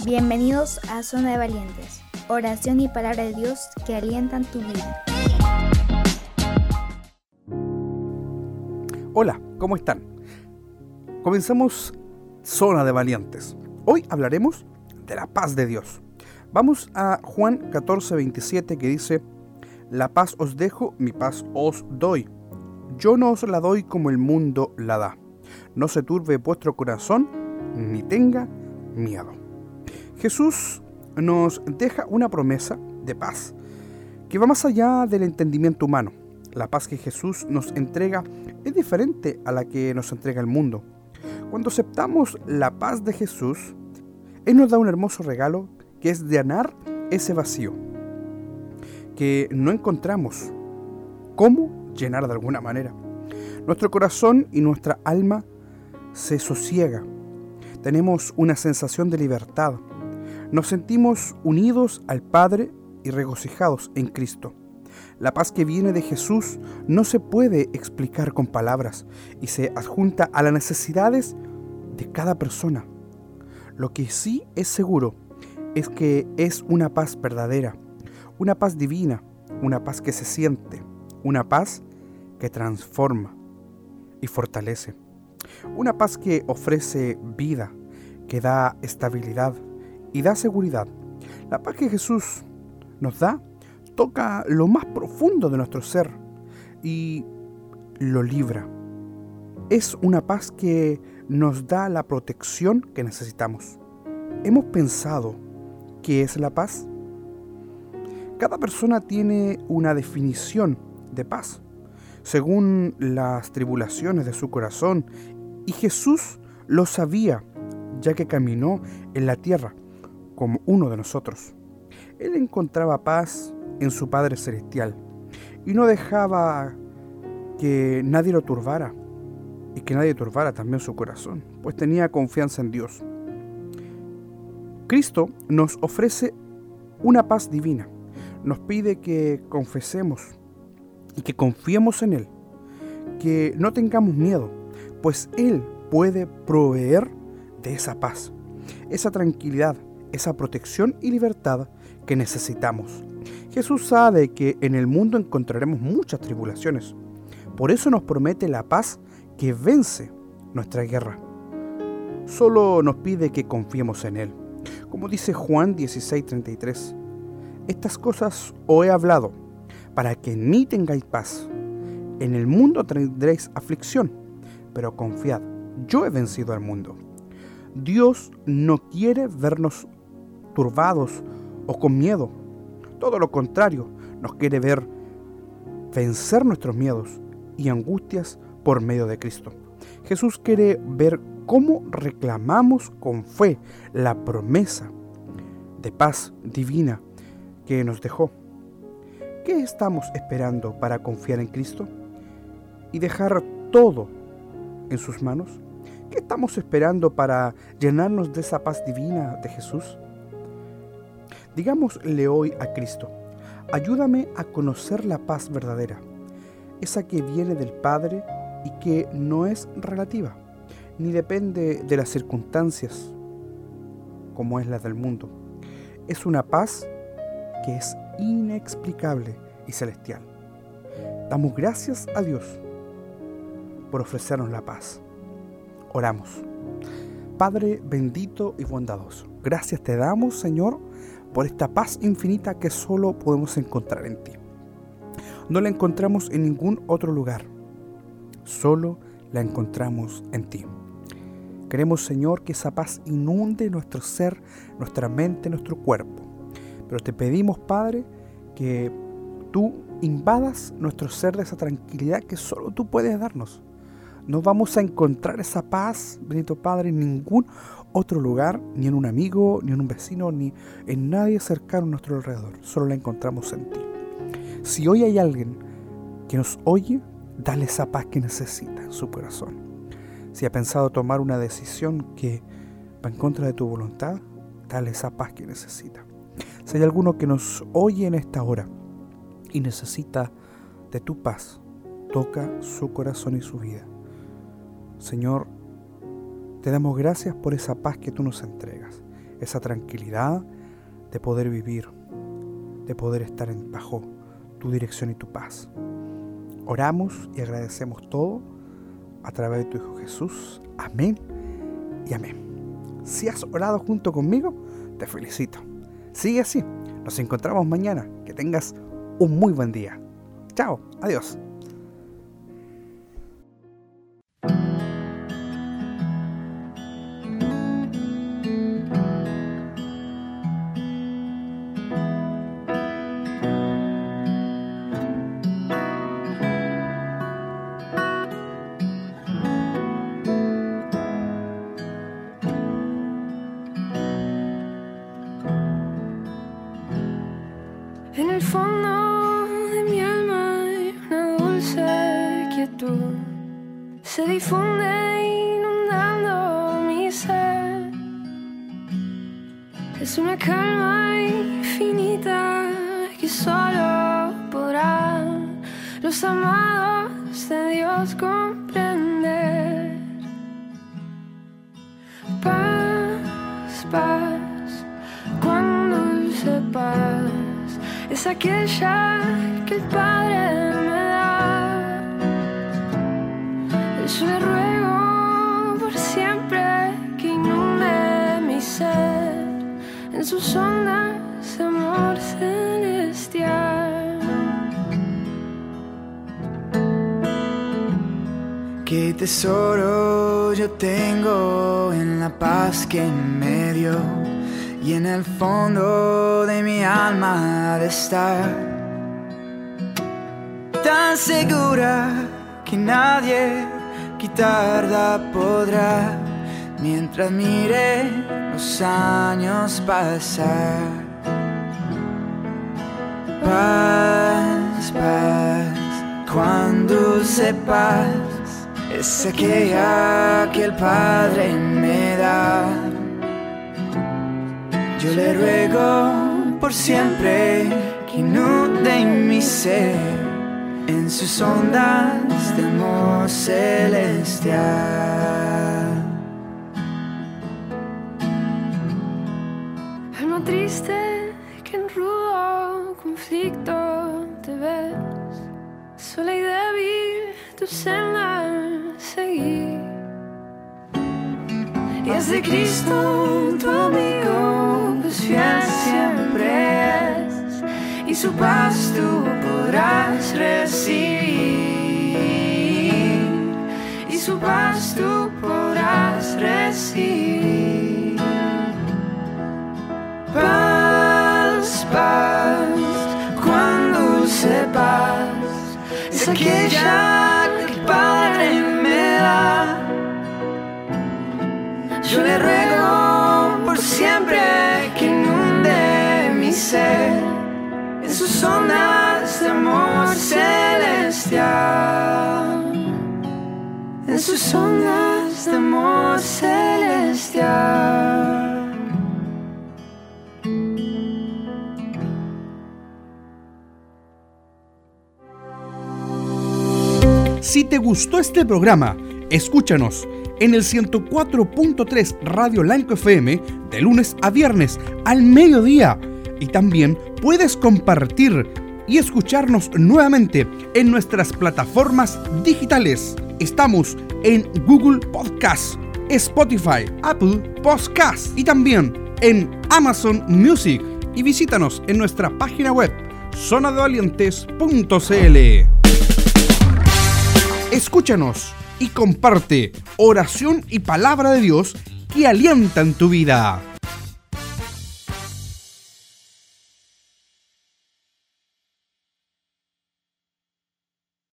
Bienvenidos a Zona de Valientes, oración y palabra de Dios que alientan tu vida. Hola, ¿cómo están? Comenzamos Zona de Valientes. Hoy hablaremos de la paz de Dios. Vamos a Juan 14:27 que dice: La paz os dejo, mi paz os doy. Yo no os la doy como el mundo la da. No se turbe vuestro corazón, ni tenga miedo. Jesús nos deja una promesa de paz que va más allá del entendimiento humano. La paz que Jesús nos entrega es diferente a la que nos entrega el mundo. Cuando aceptamos la paz de Jesús, Él nos da un hermoso regalo que es llenar ese vacío que no encontramos cómo llenar de alguna manera. Nuestro corazón y nuestra alma se sosiega. Tenemos una sensación de libertad. Nos sentimos unidos al Padre y regocijados en Cristo. La paz que viene de Jesús no se puede explicar con palabras y se adjunta a las necesidades de cada persona. Lo que sí es seguro es que es una paz verdadera, una paz divina, una paz que se siente, una paz que transforma y fortalece, una paz que ofrece vida, que da estabilidad y da seguridad. La paz que Jesús nos da toca lo más profundo de nuestro ser y lo libra. Es una paz que nos da la protección que necesitamos. ¿Hemos pensado qué es la paz? Cada persona tiene una definición de paz, según las tribulaciones de su corazón, y Jesús lo sabía, ya que caminó en la tierra como uno de nosotros. Él encontraba paz en su Padre Celestial y no dejaba que nadie lo turbara y que nadie turbara también su corazón, pues tenía confianza en Dios. Cristo nos ofrece una paz divina, nos pide que confesemos y que confiemos en Él, que no tengamos miedo, pues Él puede proveer de esa paz, esa tranquilidad, esa protección y libertad que necesitamos. Jesús sabe que en el mundo encontraremos muchas tribulaciones. Por eso nos promete la paz que vence nuestra guerra. Solo nos pide que confiemos en Él. Como dice Juan 16:33, estas cosas os he hablado, para que en mí tengáis paz. En el mundo tendréis aflicción, pero confiad, yo he vencido al mundo. Dios no quiere vernos turbados o con miedo. Todo lo contrario, nos quiere ver vencer nuestros miedos y angustias por medio de Cristo. Jesús quiere ver cómo reclamamos con fe la promesa de paz divina que nos dejó. ¿Qué estamos esperando para confiar en Cristo y dejar todo en sus manos? ¿Qué estamos esperando para llenarnos de esa paz divina de Jesús? Digámosle hoy a Cristo: ayúdame a conocer la paz verdadera, esa que viene del Padre y que no es relativa, ni depende de las circunstancias como es la del mundo. Es una paz que es inexplicable y celestial. Damos gracias a Dios por ofrecernos la paz. Oramos. Padre bendito y bondadoso, gracias te damos, Señor, por esta paz infinita que solo podemos encontrar en ti. No la encontramos en ningún otro lugar, solo la encontramos en ti. Queremos, Señor, que esa paz inunde nuestro ser, nuestra mente, nuestro cuerpo. Pero te pedimos, Padre, que tú invadas nuestro ser de esa tranquilidad que solo tú puedes darnos. No vamos a encontrar esa paz, bendito Padre, en ningún otro lugar, ni en un amigo, ni en un vecino, ni en nadie cercano a nuestro alrededor. Solo la encontramos en ti. Si hoy hay alguien que nos oye, dale esa paz que necesita en su corazón. Si ha pensado tomar una decisión que va en contra de tu voluntad, dale esa paz que necesita. Si hay alguno que nos oye en esta hora y necesita de tu paz, toca su corazón y su vida. Señor, te damos gracias por esa paz que tú nos entregas, esa tranquilidad de poder vivir, de poder estar bajo tu dirección y tu paz. Oramos y agradecemos todo a través de tu Hijo Jesús. Amén y amén. Si has orado junto conmigo, te felicito. Sigue así. Nos encontramos mañana. Que tengas un muy buen día. Chao. Adiós. En el fondo de mi alma hay una dulce quietud, se difunde inundando mi ser. Es una calma infinita que solo podrán los amados de Dios comprender. Paz, paz, cuán dulce paz es aquella que el Padre me da. Yo le ruego por siempre que inunde mi ser en sus ondas de amor celestial. Qué tesoro yo tengo en la paz que me dio, y en el fondo de mi alma ha de estar tan segura que nadie quitarla podrá, mientras mire los años pasar. Paz, paz, cuán dulce paz es aquella que el Padre me da. Yo le ruego por siempre que inunde mi ser en sus ondas de amor celestial. Alma triste que en rudo conflicto te ves, sola y débil tu senda seguir. Y es de Cristo tu amigo, pues fiel siempre es, y su paz tú podrás recibir, y su paz tú podrás recibir. Paz, paz, cuán dulce paz es aquella que el Padre me da. Yo le ruego por siempre que inunde mi ser en sus ondas de amor celestial, en sus ondas de amor celestial. Si te gustó este programa, escúchanos en el 104.3 Radio Lanco FM de lunes a viernes al mediodía, y también puedes compartir y escucharnos nuevamente en nuestras plataformas digitales. Estamos en Google Podcast, Spotify, Apple Podcast y también en Amazon Music, y visítanos en nuestra página web zonadevalientes.cl. Escúchanos y comparte oración y palabra de Dios que alientan tu vida.